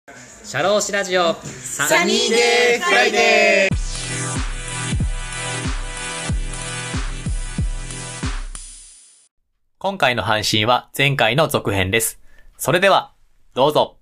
シャローシラジオサニーデーフライデー。 今回の配信は前回の続編です。それでは、どうぞ。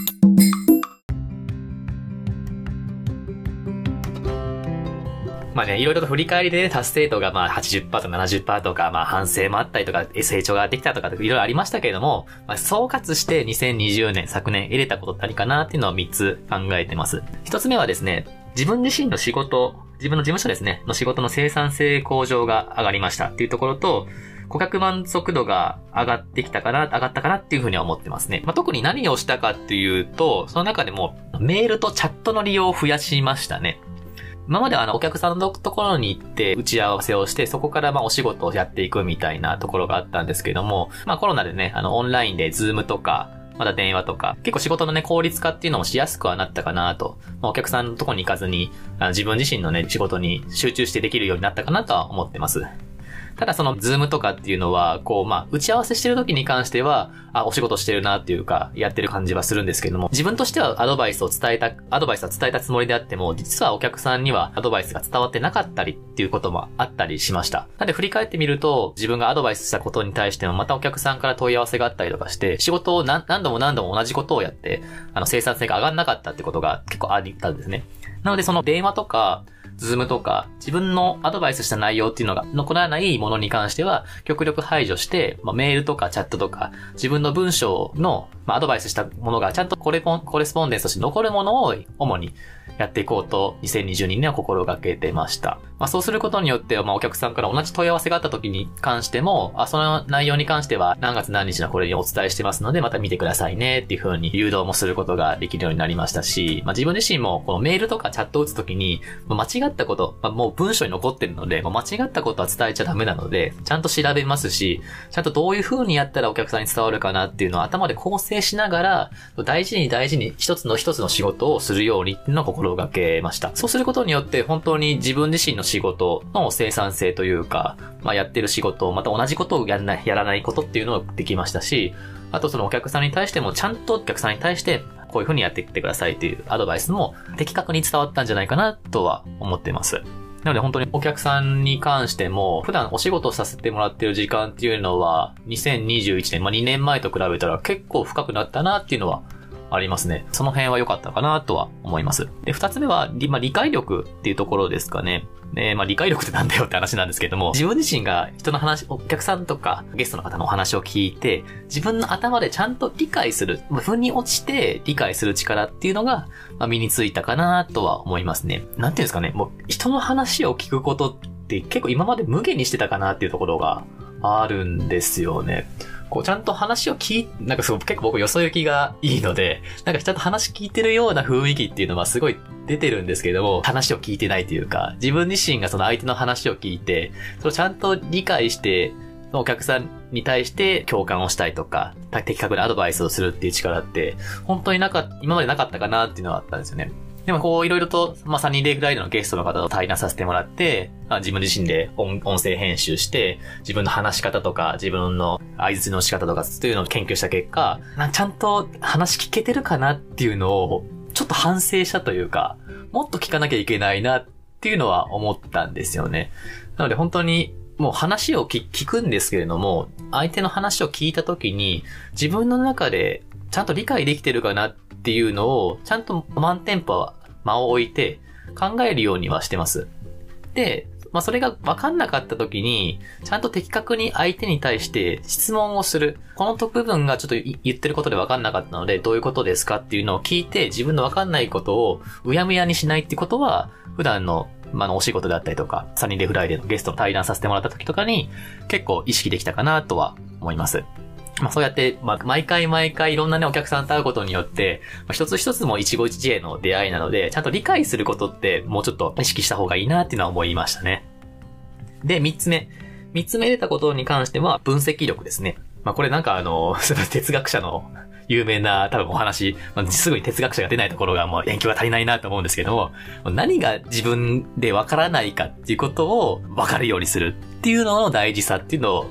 まあね、いろいろと振り返りでね、達成度が80%とか 70% とか、反省もあったりとか、成長ができたとか、いろいろありましたけれども、総括して2020年、昨年得れたことって何かなっていうのを3つ考えてます。1つ目はですね、自分自身の仕事、自分の事務所ですね、の仕事の生産性向上が上がりましたっていうところと、顧客満足度が上がったかなっていうふうには思ってますね。特に何をしたかっていうと、その中でもメールとチャットの利用を増やしましたね。今まではお客さんのところに行って打ち合わせをして、そこからお仕事をやっていくみたいなところがあったんですけども、コロナでね、オンラインでズームとか、また電話とか、結構仕事のね、効率化っていうのもしやすくはなったかなと。お客さんのところに行かずに、自分自身のね、仕事に集中してできるようになったかなとは思ってます。ただそのズームとかっていうのは、打ち合わせしてる時に関しては、お仕事してるなっていうか、やってる感じはするんですけども、自分としてはアドバイスは伝えたつもりであっても、実はお客さんにはアドバイスが伝わってなかったりっていうこともあったりしました。なので振り返ってみると、自分がアドバイスしたことに対してもまたお客さんから問い合わせがあったりとかして、仕事を何度も同じことをやって、生産性が上がんなかったってことが結構あったんですね。なのでその電話とか、ズームとか、自分のアドバイスした内容っていうのが残らないものに関しては、極力排除して、メールとかチャットとか、自分の文章の、アドバイスしたものがちゃんとコレスポンデンスとして残るものを主にやっていこうと、2022年は心がけてました。そうすることによって、お客さんから同じ問い合わせがあった時に関しても、その内容に関しては、何月何日のこれにお伝えしてますので、また見てくださいね、っていう風に誘導もすることができるようになりましたし、自分自身も、このメールとかチャットを打つ時に、間違ったこと、もう文章に残ってるので、間違ったことは伝えちゃダメなので、ちゃんと調べますし、ちゃんとどういう風にやったらお客さんに伝わるかなっていうのを頭で構成しながら、大事に一つの仕事をするようにっていうのを心がけました。そうすることによって、本当に自分自身の仕事の生産性というか、やってる仕事、また同じことをやらないことっていうのをできましたし、あとそのお客さんに対しても、ちゃんとお客さんに対して、こういう風にやっていってくださいというアドバイスも的確に伝わったんじゃないかなとは思っています。なので本当にお客さんに関しても、普段お仕事をさせてもらってる時間っていうのは、2021年、2年前と比べたら結構深くなったなっていうのはありますね。その辺は良かったかなとは思います。で、二つ目は、理解力っていうところですかね。理解力ってなんだよって話なんですけども、自分自身が人の話、お客さんとかゲストの方のお話を聞いて、自分の頭でちゃんと理解する、腑に落ちて理解する力っていうのが、身についたかなとは思いますね。なんていうんですかね、人の話を聞くことって結構今まで無限にしてたかなっていうところがあるんですよね。ちゃんと話を結構僕よそ行きがいいので、ちゃんと話聞いてるような雰囲気っていうのはすごい出てるんですけども、話を聞いてないというか、自分自身がその相手の話を聞いて、それをちゃんと理解して、そのお客さんに対して共感をしたいとか、的確なアドバイスをするっていう力って、本当に今までなかったかなっていうのはあったんですよね。でもいろいろと、サニーデイフライデーのゲストの方と対談させてもらって、自分自身で音声編集して、自分の話し方とか、自分の相槌の仕方とか、というのを研究した結果、ちゃんと話聞けてるかなっていうのを、ちょっと反省したというか、もっと聞かなきゃいけないなっていうのは思ったんですよね。なので本当に、もう話を聞くんですけれども、相手の話を聞いたときに、自分の中でちゃんと理解できてるかなっていうのを、ちゃんと満テンポ間を置いて考えるようにはしてます。で、それが分かんなかった時に、ちゃんと的確に相手に対して質問をする。この部分がちょっと言ってることで分かんなかったので、どういうことですかっていうのを聞いて、自分の分かんないことをうやむやにしないってことは、普段のお仕事だったりとか、サニーデイフライデーのゲストと対談させてもらった時とかに、結構意識できたかなとは思います。そうやって、毎回いろんなね、お客さんと会うことによって、一つ一つも一期一会の出会いなので、ちゃんと理解することって、もうちょっと意識した方がいいなっていうのは思いましたね。で、三つ目出たことに関しては、分析力ですね。これ哲学者の有名な多分お話、すぐに哲学者が出ないところが勉強が足りないなと思うんですけども、何が自分でわからないかっていうことをわかるようにするっていうのの大事さっていうのを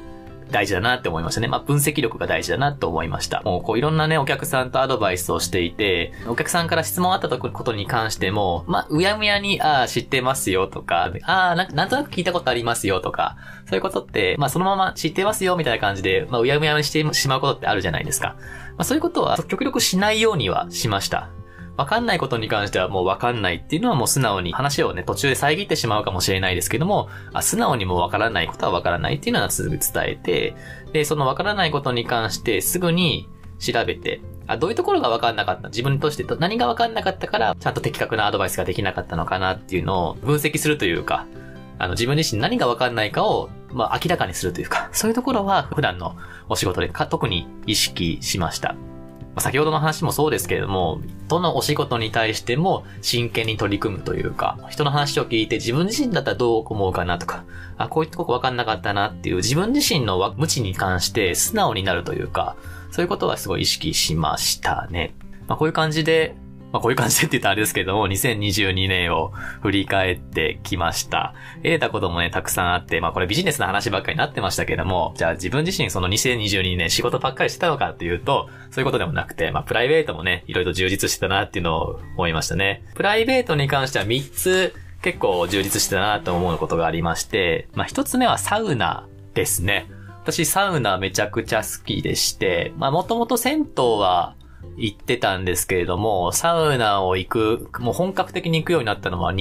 大事だなって思いましたね。分析力が大事だなって思いました。もういろんなね、お客さんとアドバイスをしていて、お客さんから質問あったことに関しても、うやむやに、知ってますよとか、なんとなく聞いたことありますよとか、そういうことって、そのまま知ってますよみたいな感じで、うやむやにしてしまうことってあるじゃないですか。そういうことは極力しないようにはしました。わかんないことに関してはもうわかんないっていうのはもう素直に話をね、途中で遮ってしまうかもしれないですけども、素直にもうわからないことはわからないっていうのはすぐ伝えて、で、そのわからないことに関してすぐに調べて、どういうところがわかんなかった、自分として何がわかんなかったから、ちゃんと的確なアドバイスができなかったのかなっていうのを分析するというか、自分自身何がわかんないかを、明らかにするというか、そういうところは普段のお仕事で特に意識しました。先ほどの話もそうですけれども、どのお仕事に対しても真剣に取り組むというか、人の話を聞いて自分自身だったらどう思うかなとか、こういうとこわかんなかったなっていう自分自身の無知に関して素直になるというか、そういうことはすごい意識しましたね。こういう感じでって言ったらあれですけども、2022年を振り返ってきました。得れたこともね、たくさんあって、これビジネスの話ばっかりになってましたけども、じゃあ自分自身その2022年仕事ばっかりしてたのかっていうと、そういうことでもなくて、プライベートもね、いろいろ充実してたなっていうのを思いましたね。プライベートに関しては3つ結構充実してたなと思うことがありまして、1つ目はサウナですね。私サウナめちゃくちゃ好きでして、もともと銭湯は行ってたんですけれども、サウナをもう本格的に行くようになったのは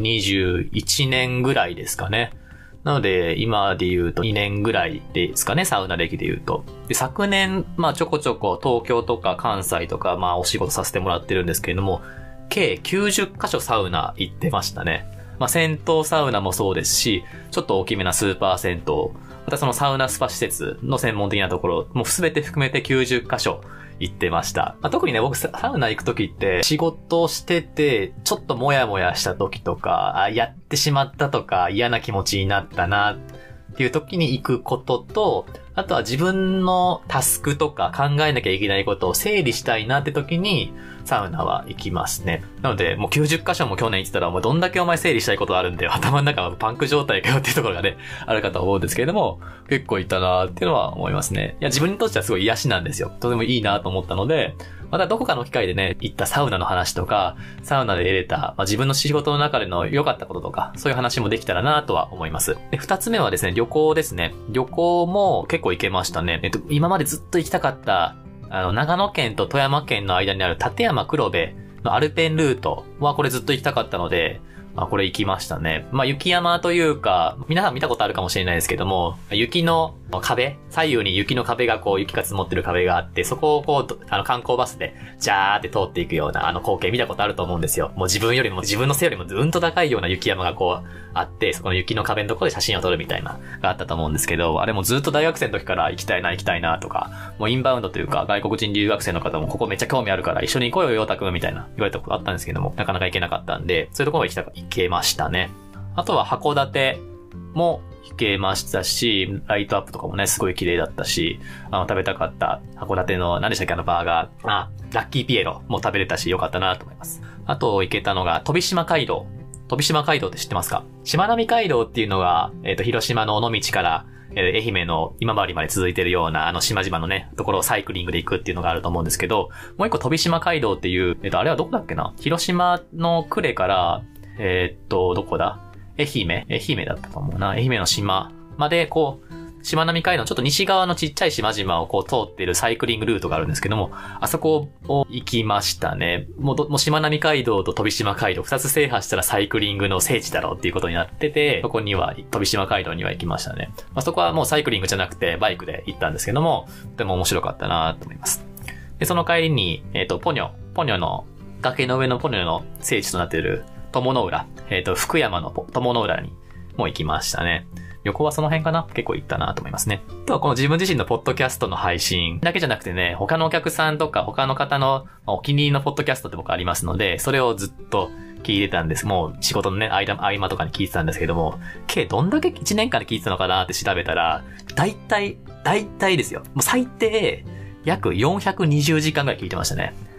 2021年ぐらいですかね。なので、今で言うと2年ぐらいですかね、サウナ歴で言うと。で、昨年、ちょこちょこ東京とか関西とか、お仕事させてもらってるんですけれども、計90カ所サウナ行ってましたね。銭湯サウナもそうですし、ちょっと大きめなスーパー銭湯、またそのサウナスパ施設の専門的なところ、もうすべて含めて90カ所行ってました。特にね、僕サウナ行くときって仕事してて、ちょっとモヤモヤしたときとか、やってしまったとか、嫌な気持ちになったなっていうときに行くことと、あとは自分のタスクとか考えなきゃいけないことを整理したいなってときに、サウナは行きますね。なので、もう90カ所も去年行ってたら、もうどんだけお前整理したいことあるんだよ。頭の中はパンク状態かよっていうところがね、あるかと思うんですけれども、結構行ったなーっていうのは思いますね。いや、自分にとってはすごい癒しなんですよ。とてもいいなと思ったので、またどこかの機会でね、行ったサウナの話とか、サウナで得れた、自分の仕事の中での良かったこととか、そういう話もできたらなとは思います。で、二つ目はですね、旅行ですね。旅行も結構行けましたね。今までずっと行きたかった、長野県と富山県の間にある立山黒部のアルペンルートはこれずっと行きたかったので、これ行きましたね。雪山というか、皆さん見たことあるかもしれないですけども、雪の壁、左右に雪の壁が雪が積もってる壁があって、そこを観光バスで、ジャーって通っていくような光景見たことあると思うんですよ。もう自分の背よりもずんと高いような雪山があって、そこの雪の壁のところで写真を撮るみたいな、があったと思うんですけど、あれもずっと大学生の時から行きたいなとか、もうインバウンドというか、外国人留学生の方もここめっちゃ興味あるから一緒に行こうよ、ヨータ君みたいな言われたことあったんですけども、なかなか行けなかったんで、そういうところ行けましたね。あとは函館も行けましたし、ライトアップとかもね、すごい綺麗だったし、食べたかった函館の、何でしたっけバーガー、ラッキーピエロも食べれたし、よかったなと思います。あと行けたのが、飛島街道。飛島街道って知ってますか？しまなみ海道っていうのが、広島の尾道から、愛媛の今治まで続いてるような島々のね、ところをサイクリングで行くっていうのがあると思うんですけど、もう一個飛島街道っていう、あれはどこだっけな？広島の呉から、どこだ？愛媛だったと思うな。愛媛の島までしまなみ海道のちょっと西側のちっちゃい島々を通ってるサイクリングルートがあるんですけども、あそこを行きましたね。もうしまなみ海道と飛島街道2つ制覇したらサイクリングの聖地だろうっていうことになってて、そこには、飛島街道には行きましたね。そこはもうサイクリングじゃなくてバイクで行ったんですけども、とても面白かったなと思います。で、その帰りに、ポニョの、崖の上のポニョの聖地となっている友の浦、福山の友の浦にも行きましたね。旅行はその辺かな？結構行ったなと思いますね。あとはこの自分自身のポッドキャストの配信だけじゃなくてね、他のお客さんとか他の方のお気に入りのポッドキャストって僕ありますので、それをずっと聞いてたんです。もう仕事のね、合間とかに聞いてたんですけども、計どんだけ1年間で聞いてたのかなって調べたら、だいたいですよ。もう最低約420時間ぐらい聞いてましたね。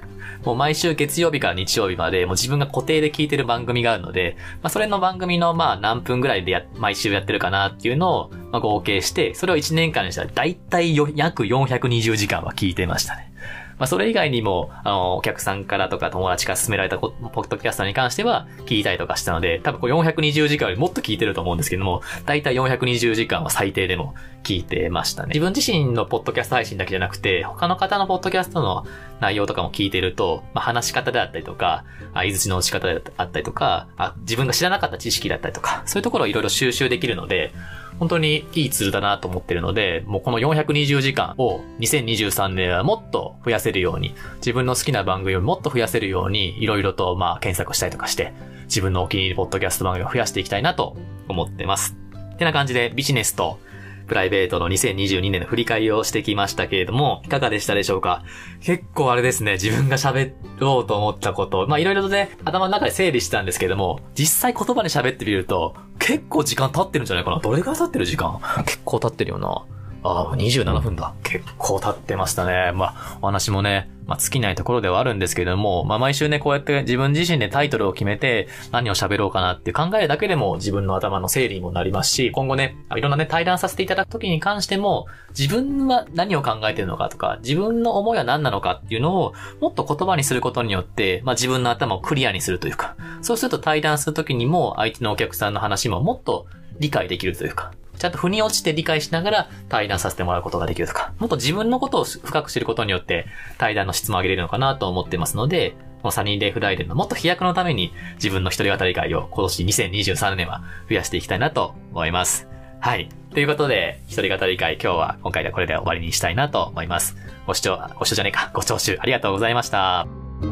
もう毎週月曜日から日曜日までもう自分が固定で聞いてる番組があるので、それの番組の何分ぐらいで毎週やってるかなっていうのを合計して、それを1年間にしたらだいたい約420時間は聞いてましたね。それ以外にも、お客さんからとか友達から勧められたポッドキャストに関しては聞いたりとかしたので、多分これ420時間よりもっと聞いてると思うんですけども、だいたい420時間は最低でも聞いてましたね。自分自身のポッドキャスト配信だけじゃなくて、他の方のポッドキャストの内容とかも聞いてると、話し方であったりとか、相槌の打ち方であったりとか、自分が知らなかった知識だったりとか、そういうところをいろいろ収集できるので、本当にいいツールだなと思ってるので、もうこの420時間を2023年はもっと増やせるように、自分の好きな番組をもっと増やせるように、いろいろと検索したりとかして、自分のお気に入りポッドキャスト番組を増やしていきたいなと思ってます。ってな感じでビジネスとプライベートの2022年の振り返りをしてきましたけれども、いかがでしたでしょうか？結構あれですね、自分が喋ろうと思ったこと、いろいろとね、頭の中で整理してたんですけれども、実際言葉で喋ってみると、結構時間経ってるんじゃないかな。どれくらい経ってる時間？結構経ってるよな。27分だ。結構経ってましたね。お話もね、尽きないところではあるんですけれども、毎週ね、こうやって自分自身でタイトルを決めて何を喋ろうかなって考えるだけでも自分の頭の整理にもなりますし、今後ね、いろんなね、対談させていただくときに関しても、自分は何を考えているのかとか、自分の思いは何なのかっていうのをもっと言葉にすることによって、自分の頭をクリアにするというか、そうすると対談するときにも相手のお客さんの話ももっと理解できるというか、ちゃんと腑に落ちて理解しながら対談させてもらうことができるとか、もっと自分のことを深く知ることによって対談の質も上げれるのかなと思ってますので、このサニーデイフライデーのもっと飛躍のために自分の一人語り会を今年2023年は増やしていきたいなと思います。はい。ということで、一人語り会今回はこれで終わりにしたいなと思います。ご聴取ありがとうございました。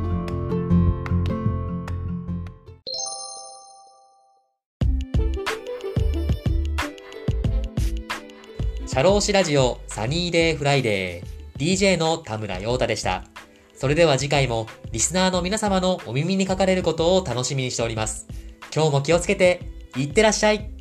社労士ラジオサニーデイフライデー DJ の田村陽太でした。それでは次回もリスナーの皆様のお耳にかかれることを楽しみにしております。今日も気をつけていってらっしゃい。